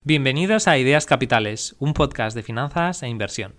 Bienvenidos a Ideas Capitales, un podcast de finanzas e inversión.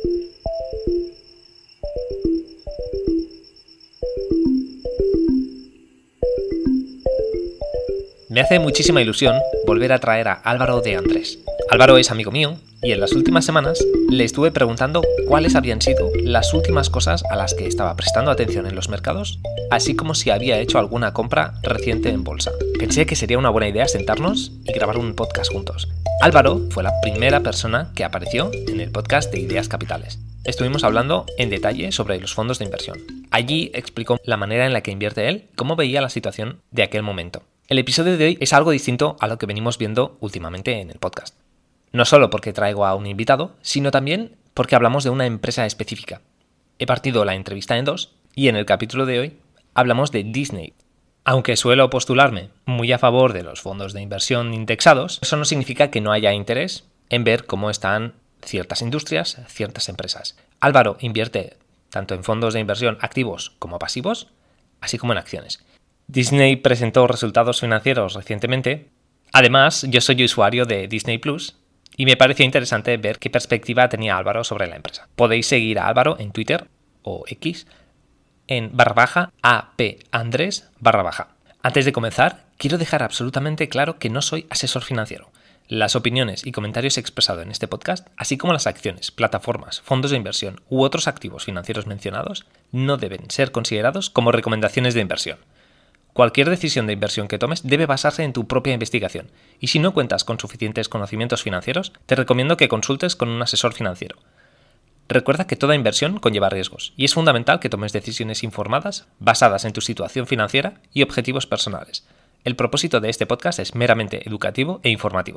Me hace muchísima ilusión volver a traer a Álvaro de Andrés. Álvaro es amigo mío y en las últimas semanas le estuve preguntando cuáles habían sido las últimas cosas a las que estaba prestando atención en los mercados, así como si había hecho alguna compra reciente en bolsa. Pensé que sería una buena idea sentarnos y grabar un podcast juntos. Álvaro fue la primera persona que apareció en el podcast de Ideas Capitales. Estuvimos hablando en detalle sobre los fondos de inversión. Allí explicó la manera en la que invierte él y cómo veía la situación de aquel momento. El episodio de hoy es algo distinto a lo que venimos viendo últimamente en el podcast. No solo porque traigo a un invitado, sino también porque hablamos de una empresa específica. He partido la entrevista en dos y en el capítulo de hoy hablamos de Disney. Aunque suelo postularme muy a favor de los fondos de inversión indexados, eso no significa que no haya interés en ver cómo están ciertas industrias, ciertas empresas. Álvaro invierte tanto en fondos de inversión activos como pasivos, así como en acciones. Disney presentó resultados financieros recientemente. Además, yo soy usuario de Disney Plus y me pareció interesante ver qué perspectiva tenía Álvaro sobre la empresa. Podéis seguir a Álvaro en Twitter o X en @apandres_. Antes de comenzar, quiero dejar absolutamente claro que no soy asesor financiero. Las opiniones y comentarios expresados en este podcast, así como las acciones, plataformas, fondos de inversión u otros activos financieros mencionados, no deben ser considerados como recomendaciones de inversión. Cualquier decisión de inversión que tomes debe basarse en tu propia investigación, y si no cuentas con suficientes conocimientos financieros, te recomiendo que consultes con un asesor financiero. Recuerda que toda inversión conlleva riesgos, y es fundamental que tomes decisiones informadas, basadas en tu situación financiera y objetivos personales. El propósito de este podcast es meramente educativo e informativo.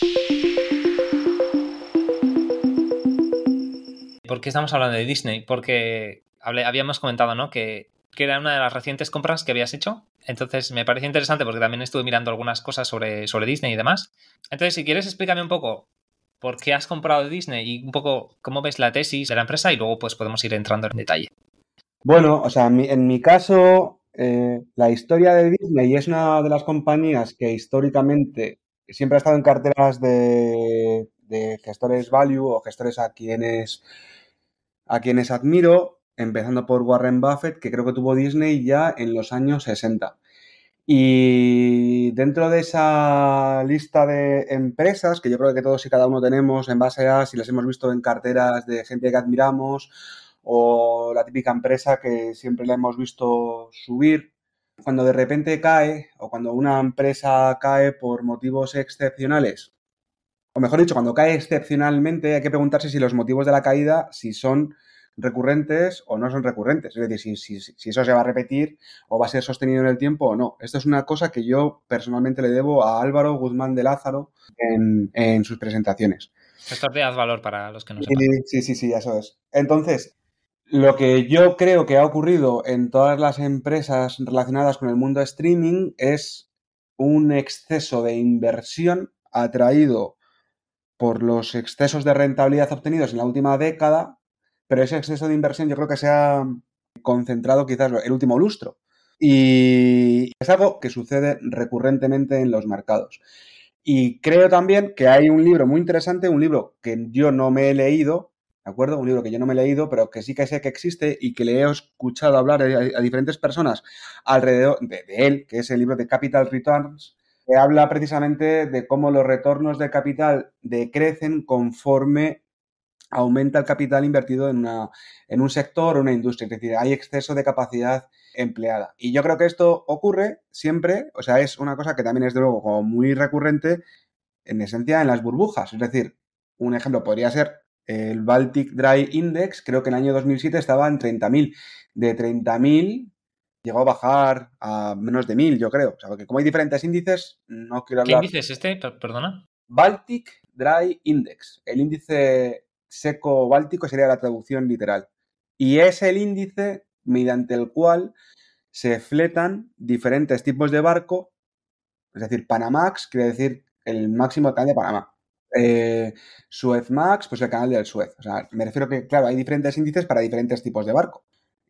¿Por qué estamos hablando de Disney? Porque habíamos comentado, ¿no?, que era una de las recientes compras que habías hecho. Entonces me parece interesante porque también estuve mirando algunas cosas sobre Disney y demás. Entonces, si quieres, explícame un poco por qué has comprado Disney y un poco cómo ves la tesis de la empresa y luego pues podemos ir entrando en detalle. Bueno, o sea, en mi caso, la historia de Disney es una de las compañías que históricamente siempre ha estado en carteras de gestores value o gestores a quienes admiro, empezando por Warren Buffett, que creo que tuvo Disney ya en los años 60. Y dentro de esa lista de empresas, que yo creo que todos y cada uno tenemos en base a si las hemos visto en carteras de gente que admiramos o la típica empresa que siempre la hemos visto subir, cuando de repente cae o cuando una empresa cae por motivos excepcionales, o mejor dicho, cuando cae excepcionalmente, hay que preguntarse si los motivos de la caída, si son recurrentes o no son recurrentes. Es decir, si eso se va a repetir o va a ser sostenido en el tiempo o no. Esto es una cosa que yo personalmente le debo a Álvaro Guzmán de Lázaro en sus presentaciones. Gestor de valor para los que no sepan. Sí, eso es. Entonces, lo que yo creo que ha ocurrido en todas las empresas relacionadas con el mundo streaming es un exceso de inversión atraído por los excesos de rentabilidad obtenidos en la última década, pero ese exceso de inversión yo creo que se ha concentrado quizás el último lustro. Y es algo que sucede recurrentemente en los mercados. Y creo también que hay un libro muy interesante, un libro que yo no me he leído, ¿de acuerdo? Un libro que yo no me he leído, pero que sí que sé que existe y que le he escuchado hablar a diferentes personas alrededor de él, que es el libro de Capital Returns, que habla precisamente de cómo los retornos de capital decrecen conforme aumenta el capital invertido en un sector o una industria. Es decir, hay exceso de capacidad empleada. Y yo creo que esto ocurre siempre, o sea, es una cosa que también es de luego como muy recurrente, en esencia, en las burbujas. Es decir, un ejemplo podría ser el Baltic Dry Index, creo que en el año 2007 estaba en 30.000. De 30.000 llegó a bajar a menos de 1.000, yo creo. O sea, porque como hay diferentes índices, no quiero ¿Qué hablar. índice es este? Perdona. Baltic Dry Index. El índice seco báltico sería la traducción literal. Y es el índice mediante el cual se fletan diferentes tipos de barco, es decir, Panamax quiere decir el máximo canal de Panamá. Suezmax, pues el canal del Suez. O sea, me refiero que, claro, hay diferentes índices para diferentes tipos de barco.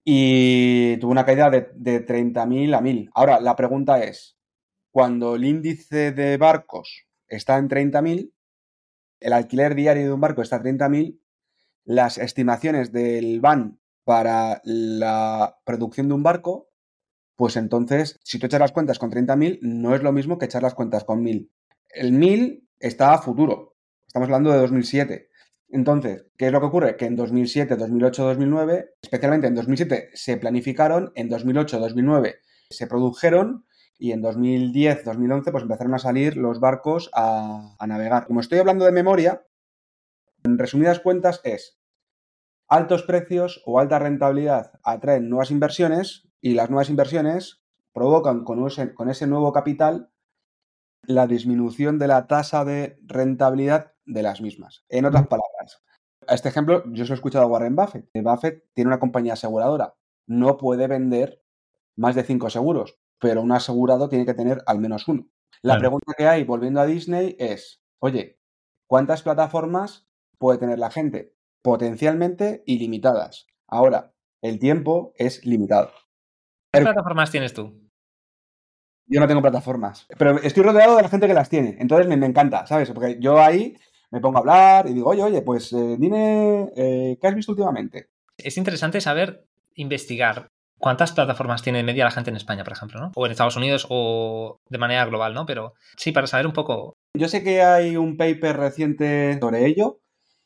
Y tuvo una caída de 30.000 a 1.000. Ahora, la pregunta es, cuando el índice de barcos está en 30.000, el alquiler diario de un barco está a 30.000, las estimaciones del van para la producción de un barco, pues entonces, si tú echas las cuentas con 30.000, no es lo mismo que echar las cuentas con 1.000. El 1.000 está a futuro. Estamos hablando de 2007. Entonces, ¿qué es lo que ocurre? Que en 2007, 2008, 2009, especialmente en 2007, se planificaron, en 2008, 2009 se produjeron y en 2010, 2011, pues empezaron a salir los barcos a navegar. Como estoy hablando de memoria, en resumidas cuentas es altos precios o alta rentabilidad atraen nuevas inversiones y las nuevas inversiones provocan con ese nuevo capital la disminución de la tasa de rentabilidad de las mismas. En otras palabras, a este ejemplo yo se lo he escuchado a Warren Buffett. Buffett tiene una compañía aseguradora, no puede vender más de 5 seguros, pero un asegurado tiene que tener al menos uno. La Claro. pregunta que hay, volviendo a Disney, es, oye, ¿cuántas plataformas puede tener la gente? Potencialmente ilimitadas. Ahora, el tiempo es limitado. ¿Qué plataformas tienes tú? Yo no tengo plataformas, pero estoy rodeado de la gente que las tiene, entonces me encanta, ¿sabes? Porque yo ahí me pongo a hablar y digo, oye, pues dime, ¿qué has visto últimamente? Es interesante saber investigar cuántas plataformas tiene de media la gente en España, por ejemplo, ¿no? O en Estados Unidos o de manera global, ¿no? Pero sí, para saber un poco. Yo sé que hay un paper reciente sobre ello,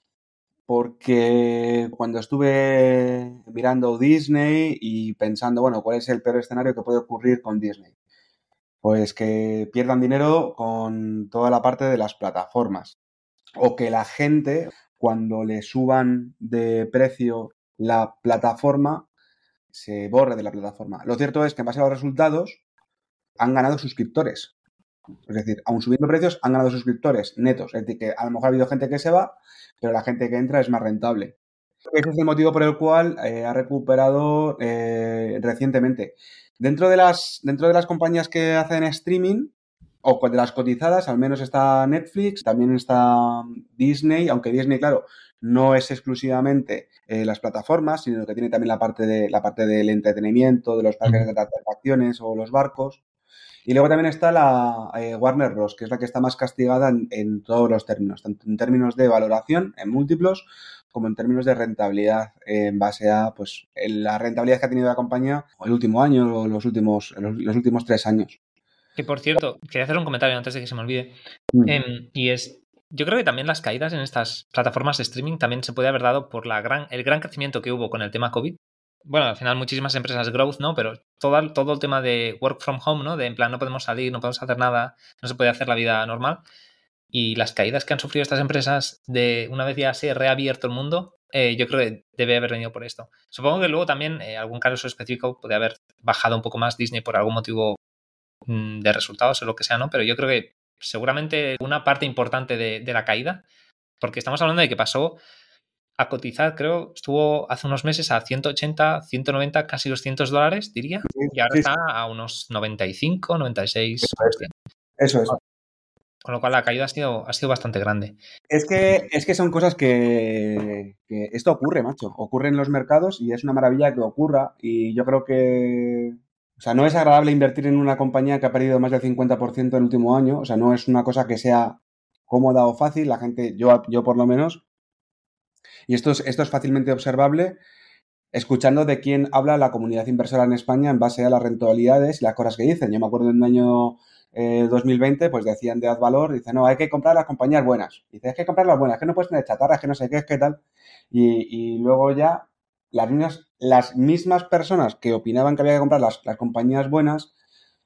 porque cuando estuve mirando Disney y pensando, bueno, ¿cuál es el peor escenario que puede ocurrir con Disney? Pues que pierdan dinero con toda la parte de las plataformas. O que la gente, cuando le suban de precio la plataforma, se borre de la plataforma. Lo cierto es que en base a los resultados han ganado suscriptores. Es decir, aun subiendo precios, han ganado suscriptores netos. Es decir, que a lo mejor ha habido gente que se va, pero la gente que entra es más rentable. Ese es el motivo por el cual ha recuperado recientemente. Dentro de las compañías que hacen streaming, o de las cotizadas, al menos está Netflix, también está Disney, aunque Disney, claro, no es exclusivamente las plataformas, sino que tiene también la parte del entretenimiento, de los parques de atracciones o los barcos. Y luego también está la Warner Bros., que es la que está más castigada en todos los términos, tanto en términos de valoración, en múltiplos, como en términos de rentabilidad, en base a pues la rentabilidad que ha tenido la compañía el último año o los últimos 3 años. Que por cierto, quería hacer un comentario antes de que se me olvide. Y es, yo creo que también las caídas en estas plataformas de streaming también se puede haber dado por el gran crecimiento que hubo con el tema COVID. Bueno, al final muchísimas empresas growth, ¿no? Pero todo el tema de work from home, ¿no? De en plan, no podemos salir, no podemos hacer nada, no se puede hacer la vida normal. Y las caídas que han sufrido estas empresas de una vez ya se ha reabierto el mundo, yo creo que debe haber venido por esto. Supongo que luego también algún caso específico puede haber bajado un poco más Disney por algún motivo de resultados o lo que sea, ¿no? Pero yo creo que seguramente una parte importante de la caída, porque estamos hablando de que pasó a cotizar, creo, estuvo hace unos meses a 180, 190, casi $200, diría, y ahora Sí, sí, está a unos 95, 96. eso es. Con lo cual la caída ha sido bastante grande. Es que son cosas que esto ocurre, macho. Ocurre en los mercados y es una maravilla que ocurra. Y yo creo que, o sea, no es agradable invertir en una compañía que ha perdido más del 50% el último año. O sea, no es una cosa que sea cómoda o fácil. La gente, yo por lo menos, y esto es fácilmente observable escuchando de quién habla la comunidad inversora en España en base a las rentabilidades y las cosas que dicen. Yo me acuerdo en el año 2020, pues decían de Advalor, dice, no, hay que comprar las compañías buenas. Dice, es que comprar las buenas, que no puedes tener chatarras, que no sé qué, es que tal. Y luego ya las mismas personas que opinaban que había que comprar las compañías buenas,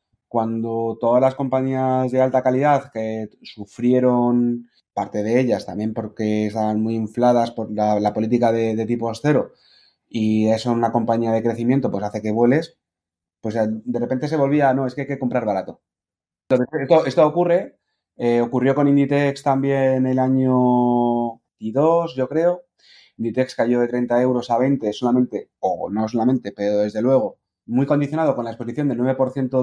cuando todas las compañías de alta calidad que sufrieron, parte de ellas también porque estaban muy infladas por la política de tipos cero, y eso en una compañía de crecimiento pues hace que vueles, pues de repente se volvía, no, es que hay que comprar barato. Entonces, esto ocurrió con Inditex también el año 22, yo creo. Inditex cayó de 30 euros a 20 solamente, o no solamente, pero desde luego, muy condicionado con la exposición del 9%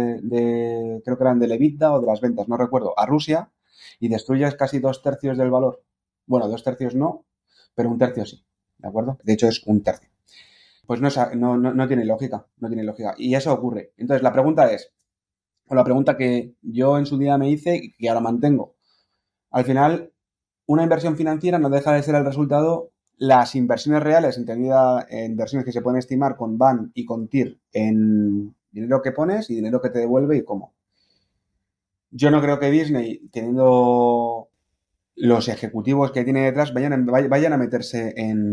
creo que eran del EBITDA o de las ventas, no recuerdo, a Rusia, y destruyes casi 2/3 del valor. Bueno, 2/3 no, pero un tercio sí, ¿de acuerdo? De hecho es un tercio. Pues no tiene lógica, no tiene lógica. Y eso ocurre. Entonces, la pregunta que yo en su día me hice y que ahora mantengo. Al final, una inversión financiera no deja de ser el resultado, las inversiones reales, entendida en inversiones que se pueden estimar con BAN y con TIR, en dinero que pones y dinero que te devuelve y cómo. Yo no creo que Disney, teniendo los ejecutivos que tiene detrás, vayan a meterse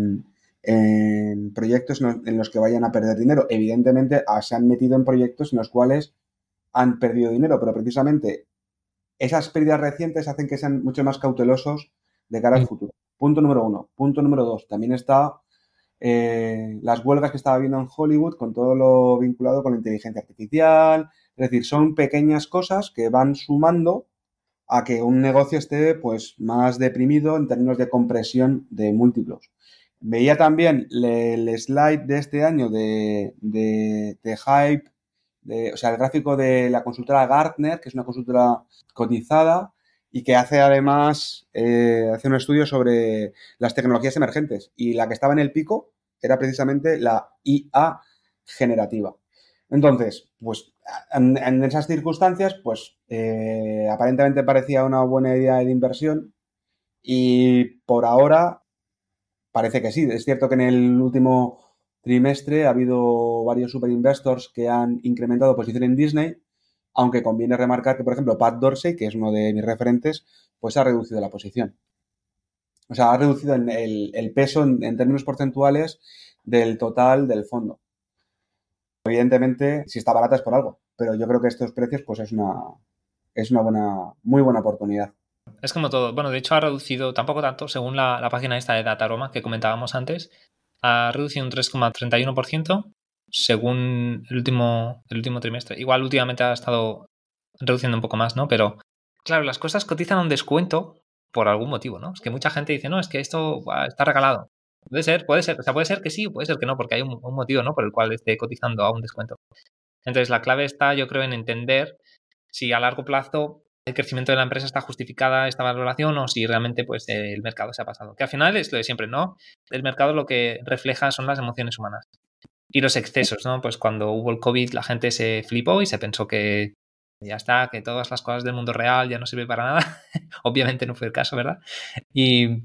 en proyectos en los que vayan a perder dinero. Evidentemente, se han metido en proyectos en los cuales han perdido dinero, pero precisamente esas pérdidas recientes hacen que sean mucho más cautelosos de cara al futuro. Punto número uno. Punto número dos. También está las huelgas que estaba viendo en Hollywood con todo lo vinculado con la inteligencia artificial. Es decir, son pequeñas cosas que van sumando a que un negocio esté pues más deprimido en términos de compresión de múltiplos. Veía también el slide de este año de Hype, o sea, el gráfico de la consultora Gartner, que es una consultora cotizada y que hace además hace un estudio sobre las tecnologías emergentes. Y la que estaba en el pico era precisamente la IA generativa. Entonces, pues en esas circunstancias, pues aparentemente parecía una buena idea de inversión y por ahora parece que sí. Es cierto que en el último trimestre ha habido varios super investors que han incrementado posición en Disney, aunque conviene remarcar que, por ejemplo, Pat Dorsey, que es uno de mis referentes, pues ha reducido la posición. O sea, ha reducido el peso en términos porcentuales del total del fondo. Evidentemente, si está barata es por algo, pero yo creo que estos precios pues es una muy buena oportunidad. Es como todo. Bueno, de hecho ha reducido, tampoco tanto, según la página esta de Dataroma que comentábamos antes, ha reducido un 3,31% según el último trimestre. Igual últimamente ha estado reduciendo un poco más, ¿no? Pero claro, las cosas cotizan a un descuento por algún motivo, ¿no? Es que mucha gente dice, no, es que esto está regalado. Puede ser, o sea, puede ser que sí, puede ser que no, porque hay un motivo, ¿no? Por el cual esté cotizando a un descuento. Entonces, la clave está, yo creo, en entender si a largo plazo el crecimiento de la empresa está justificada esta valoración o si realmente pues el mercado se ha pasado. Que al final es lo de siempre, ¿no? El mercado lo que refleja son las emociones humanas y los excesos, ¿no? Pues cuando hubo el COVID la gente se flipó y se pensó que ya está, que todas las cosas del mundo real ya no sirven para nada. Obviamente no fue el caso, ¿verdad? Y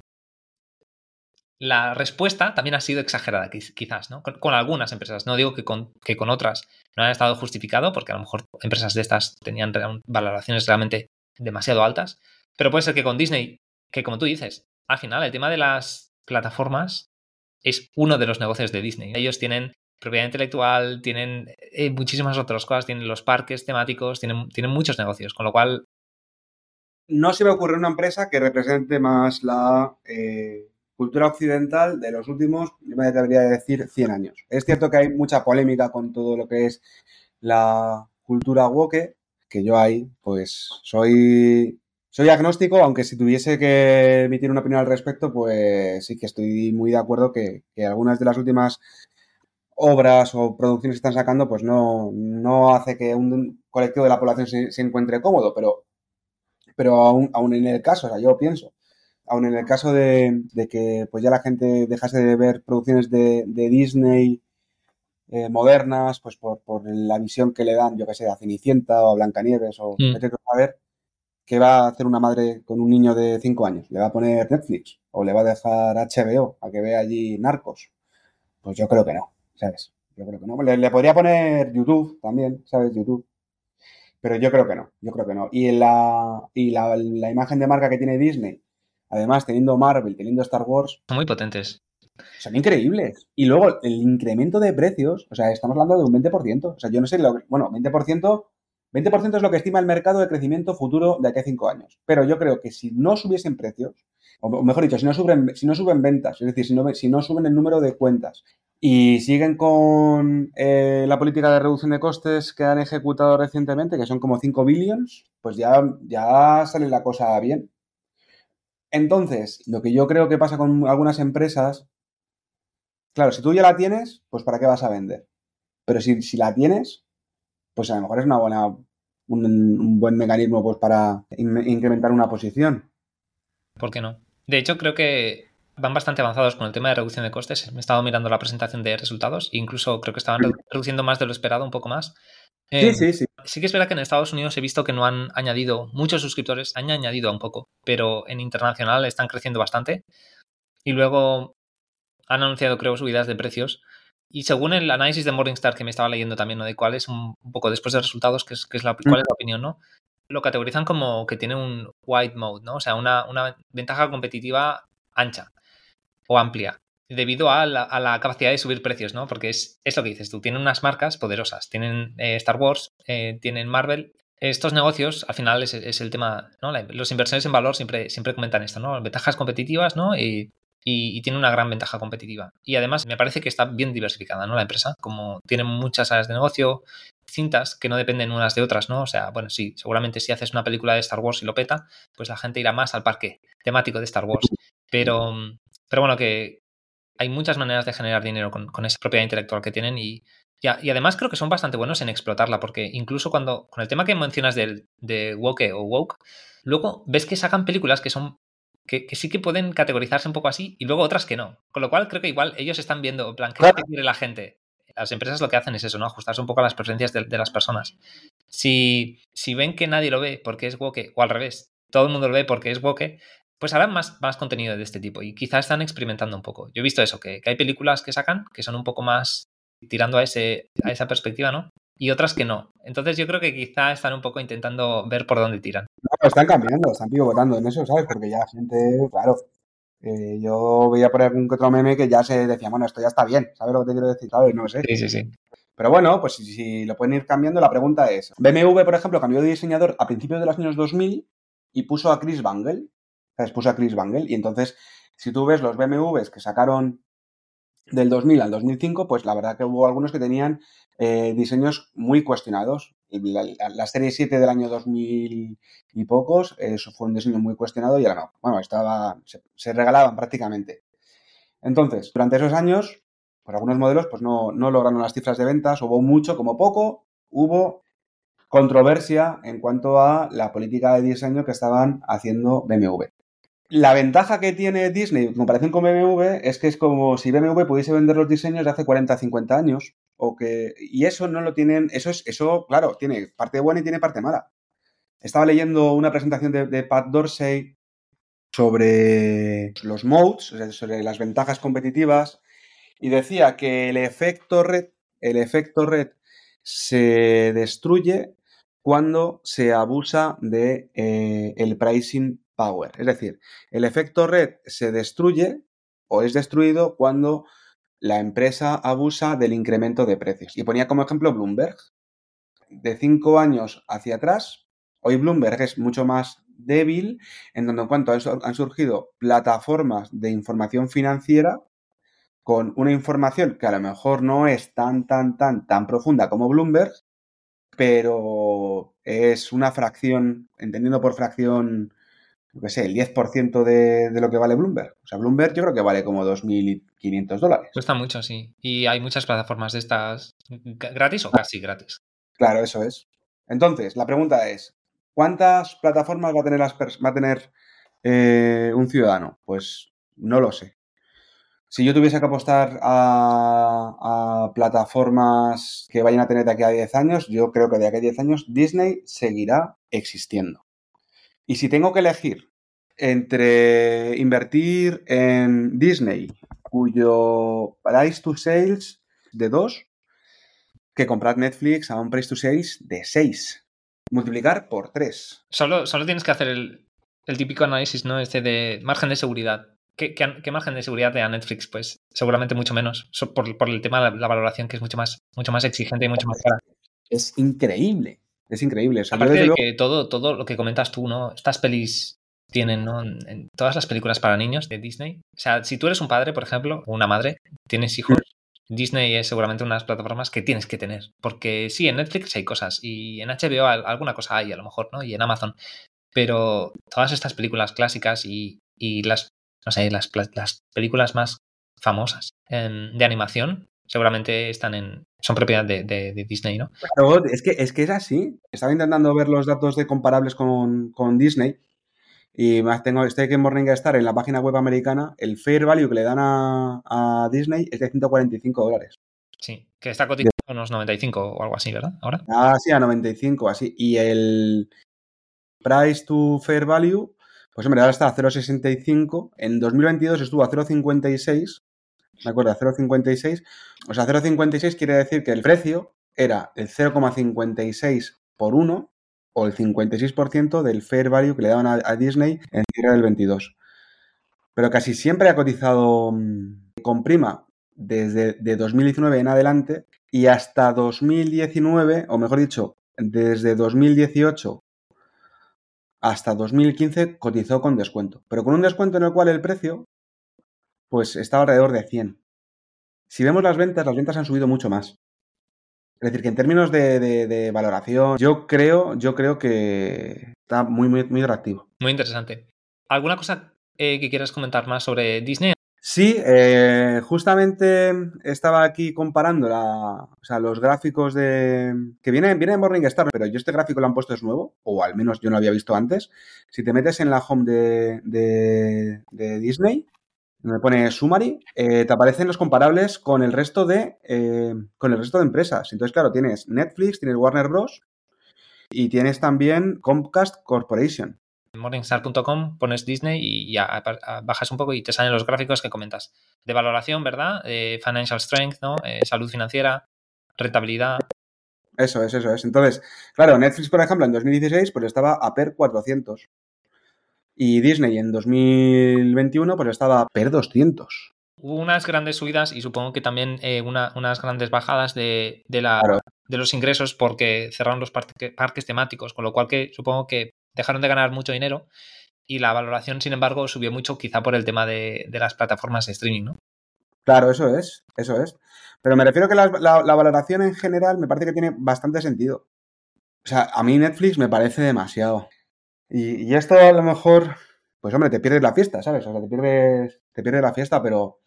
la respuesta también ha sido exagerada, quizás, ¿no? Con algunas empresas. No digo que con otras no haya estado justificado, porque a lo mejor empresas de estas tenían valoraciones realmente demasiado altas. Pero puede ser que con Disney, que como tú dices, al final el tema de las plataformas es uno de los negocios de Disney. Ellos tienen propiedad intelectual, tienen muchísimas otras cosas, tienen los parques temáticos, tienen muchos negocios, con lo cual... No se me ocurre una empresa que represente más la cultura occidental de los últimos, yo me atrevería a decir, 100 años. Es cierto que hay mucha polémica con todo lo que es la cultura woke, que yo ahí, pues, soy agnóstico, aunque si tuviese que emitir una opinión al respecto, pues sí que estoy muy de acuerdo que algunas de las últimas obras o producciones que están sacando, pues no hace que un colectivo de la población se encuentre cómodo, pero aún en el caso, o sea, yo pienso, aún en el caso de que pues ya la gente dejase de ver producciones de Disney modernas, pues por la visión que le dan, yo que sé, a Cenicienta o a Blancanieves o a ver qué va a hacer una madre con un niño de 5 años. ¿Le va a poner Netflix o le va a dejar HBO a que vea allí Narcos? Pues yo creo que no, ¿sabes? Yo creo que no. Le podría poner YouTube también, ¿sabes? YouTube. Pero yo creo que no, yo creo que no. La imagen de marca que tiene Disney, además teniendo Marvel, teniendo Star Wars, Son muy potentes. son increíbles. Y luego el incremento de precios, o sea, estamos hablando de un 20%. O sea, yo no sé, bueno, 20% es lo que estima el mercado de crecimiento futuro de aquí a 5 años. Pero yo creo que si no subiesen precios, o mejor dicho, si no suben ventas, es decir, si no suben el número de cuentas y siguen con la política de reducción de costes que han ejecutado recientemente, que son como 5 billions, pues ya sale la cosa bien. Entonces, lo que yo creo que pasa con algunas empresas, claro, si tú ya la tienes, pues ¿para qué vas a vender? Pero si la tienes, pues a lo mejor es un buen mecanismo pues para incrementar una posición. ¿Por qué no? De hecho, creo que van bastante avanzados con el tema de reducción de costes. Me he estado mirando la presentación de resultados e incluso creo que estaban reduciendo más de lo esperado, un poco más. Sí, sí, sí. Sí que es verdad que en Estados Unidos he visto que no han añadido muchos suscriptores, han añadido un poco, pero en internacional están creciendo bastante. Y luego han anunciado, creo, subidas de precios. Y según el análisis de Morningstar que me estaba leyendo también, ¿no? De cuál es un poco después de resultados, cuál es la opinión, ¿no? Lo categorizan como que tiene un wide mode, ¿no? O sea, una ventaja competitiva ancha o amplia, debido a la capacidad de subir precios, ¿no? Porque es lo que dices tú, tienen unas marcas poderosas, tienen Star Wars, tienen Marvel. Estos negocios, al final, es el tema, ¿no? Los inversores en valor siempre comentan esto, ¿no? Ventajas competitivas, ¿no? Y tiene una gran ventaja competitiva. Y además me parece que está bien diversificada, ¿no? La empresa, como tiene muchas áreas de negocio, cintas que no dependen unas de otras, ¿no? O sea, bueno, sí, seguramente si haces una película de Star Wars y lo peta, pues la gente irá más al parque temático de Star Wars. Pero bueno, que hay muchas maneras de generar dinero con esa propiedad intelectual que tienen y además creo que son bastante buenos en explotarla, porque incluso con el tema que mencionas de woke, luego ves que sacan películas que son que sí que pueden categorizarse un poco así y luego otras que no. Con lo cual creo que igual ellos están viendo, en plan, ¿qué es lo que quiere la gente? Las empresas lo que hacen es eso, ¿no? Ajustarse un poco a las preferencias de las personas. Si ven que nadie lo ve porque es woke, o al revés, todo el mundo lo ve porque es woke, pues harán más contenido de este tipo y quizás están experimentando un poco. Yo he visto eso, que hay películas que sacan que son un poco más tirando a esa perspectiva, ¿no? Y otras que no. Entonces yo creo que quizá están un poco intentando ver por dónde tiran. No, están cambiando, están pivotando en eso, ¿sabes? Porque ya la gente, claro, yo veía por algún que otro meme que ya se decía, bueno, esto ya está bien, ¿sabes lo que te quiero decir? ¿Sabes? No sé. Sí. Pero bueno, pues si lo pueden ir cambiando, la pregunta es, BMW, por ejemplo, cambió de diseñador a principios de los años 2000 y puso a Chris Bangle, ¿sabes? Puso a Chris Bangle y entonces, si tú ves los BMWs que sacaron del 2000 al 2005, pues la verdad que hubo algunos que tenían diseños muy cuestionados. La serie 7 del año 2000 y pocos, eso fue un diseño muy cuestionado y ahora no. Bueno, se regalaban prácticamente. Entonces, durante esos años, pues algunos modelos pues no lograron las cifras de ventas, hubo mucho, como poco, hubo controversia en cuanto a la política de diseño que estaban haciendo BMW. La ventaja que tiene Disney en comparación con BMW es que es como si BMW pudiese vender los diseños de hace 40 o 50 años. Y eso no lo tienen. Eso, claro, tiene parte buena y tiene parte mala. Estaba leyendo una presentación de Pat Dorsey sobre los moats, o sea, sobre las ventajas competitivas, y decía que el efecto red se destruye cuando se abusa de el pricing power. Es decir, el efecto red se destruye o es destruido cuando la empresa abusa del incremento de precios. Y ponía como ejemplo Bloomberg. De 5 años hacia atrás, hoy Bloomberg es mucho más débil, en donde en cuanto han surgido plataformas de información financiera con una información que a lo mejor no es tan profunda como Bloomberg, pero es una fracción, entendiendo por fracción, yo qué sé, el 10% de lo que vale Bloomberg. O sea, Bloomberg yo creo que vale como $2.500. Cuesta mucho, sí. Y hay muchas plataformas de estas gratis o casi gratis. Claro, eso es. Entonces, la pregunta es, ¿cuántas plataformas va a tener un ciudadano? Pues no lo sé. Si yo tuviese que apostar a plataformas que vayan a tener de aquí a 10 años, yo creo que de aquí a 10 años Disney seguirá existiendo. Y si tengo que elegir entre invertir en Disney, cuyo price to sales de 2, que comprar Netflix a un price to sales de 6. Multiplicar por 3. Solo tienes que hacer el típico análisis, ¿no? De margen de seguridad. ¿Qué margen de seguridad te da Netflix? Pues seguramente mucho menos. Por el tema de la valoración, que es mucho más exigente y mucho más cara. Es increíble. Es increíble. O sea, aparte de que todo lo que comentas tú, ¿no? Estas pelis tienen, ¿no? En todas las películas para niños de Disney. O sea, si tú eres un padre, por ejemplo, o una madre, tienes hijos, Disney es seguramente una de las plataformas que tienes que tener. Porque sí, en Netflix hay cosas y en HBO alguna cosa hay, a lo mejor, ¿no? Y en Amazon. Pero todas estas películas clásicas y las, no sé, las películas más famosas de animación seguramente son propiedad de Disney, ¿no? Claro, es que es así. Estaba intentando ver los datos de comparables con Disney y estoy aquí en Morningstar en la página web americana. El fair value que le dan a Disney es de $145. Sí, que está cotizando Unos 95 o algo así, ¿verdad? Ahora. Sí, a 95, así. Y el price to fair value, pues hombre, ahora está a 0,65. En 2022 estuvo a 0,56. ¿De acuerdo? A 0,56. O sea, 0,56 quiere decir que el precio era el 0,56 por 1 o el 56% del fair value que le daban a Disney en cierre del 22. Pero casi siempre ha cotizado con prima desde de 2019 en adelante y hasta 2019, o mejor dicho, desde 2018 hasta 2015 cotizó con descuento. Pero con un descuento en el cual el precio pues estaba alrededor de 100. Si vemos las ventas han subido mucho más. Es decir, que en términos de valoración, yo creo que está muy, muy, muy atractivo. Muy interesante. ¿Alguna cosa que quieras comentar más sobre Disney? Sí, justamente estaba aquí comparando los gráficos que viene en Morningstar, pero yo este gráfico lo han puesto es nuevo, o al menos yo no lo había visto antes. Si te metes en la home de Disney, donde pone Summary, te aparecen los comparables con el resto de empresas. Entonces, claro, tienes Netflix, tienes Warner Bros. Y tienes también Comcast Corporation. En morningstar.com pones Disney y ya bajas un poco y te salen los gráficos que comentas. De valoración, ¿verdad? Financial strength, ¿no? Salud financiera, rentabilidad. Eso es. Entonces, claro, Netflix, por ejemplo, en 2016 pues estaba a PER 400. Y Disney en 2021 pues estaba a PER 200. Hubo unas grandes subidas y supongo que también unas grandes bajadas de los ingresos porque cerraron los parques temáticos, con lo cual que supongo que dejaron de ganar mucho dinero y la valoración, sin embargo, subió mucho quizá por el tema de las plataformas de streaming, ¿no? Claro, eso es. Pero me refiero que la valoración en general me parece que tiene bastante sentido. O sea, a mí Netflix me parece demasiado. Y esto a lo mejor, pues hombre, te pierdes la fiesta, ¿sabes? O sea, te pierdes la fiesta, pero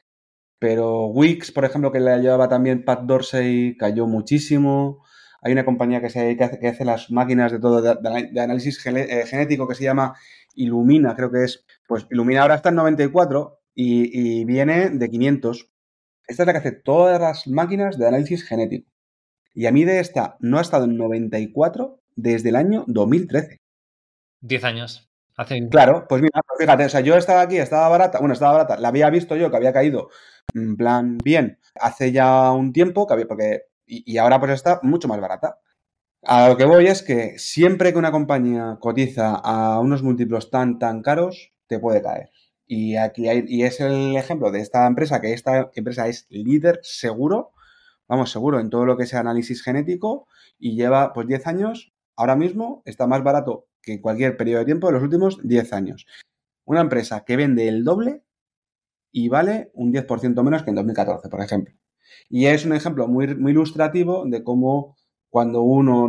Wix, por ejemplo, que la llevaba también Pat Dorsey, cayó muchísimo. Hay una compañía que hace las máquinas de todo, de análisis genético, que se llama Illumina, creo que es. Pues Illumina ahora está en 94 y viene de 500. Esta es la que hace todas las máquinas de análisis genético. Y a mí de esta no ha estado en 94 desde el año 2013. 10 años. Claro, pues mira, fíjate, o sea, yo estaba aquí, estaba barata, la había visto yo que había caído en plan bien hace ya un tiempo, y ahora pues está mucho más barata. A lo que voy es que siempre que una compañía cotiza a unos múltiplos tan caros, te puede caer. Y aquí es el ejemplo de esta empresa, que esta empresa es líder seguro en todo lo que sea análisis genético y lleva pues 10 años, ahora mismo está más barato que cualquier periodo de tiempo de los últimos 10 años. Una empresa que vende el doble y vale un 10% menos que en 2014, por ejemplo. Y es un ejemplo muy, muy ilustrativo de cómo cuando uno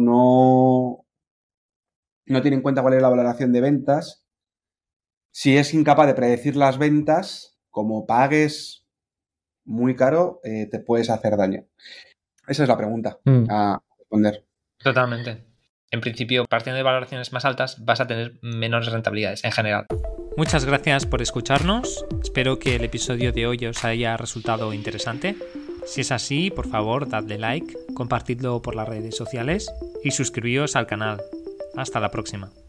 no tiene en cuenta cuál es la valoración de ventas, si es incapaz de predecir las ventas, como pagues muy caro, te puedes hacer daño. Esa es la pregunta a responder. Totalmente. En principio, partiendo de valoraciones más altas, vas a tener menores rentabilidades en general. Muchas gracias por escucharnos. Espero que el episodio de hoy os haya resultado interesante. Si es así, por favor, dadle like, compartidlo por las redes sociales y suscribíos al canal. Hasta la próxima.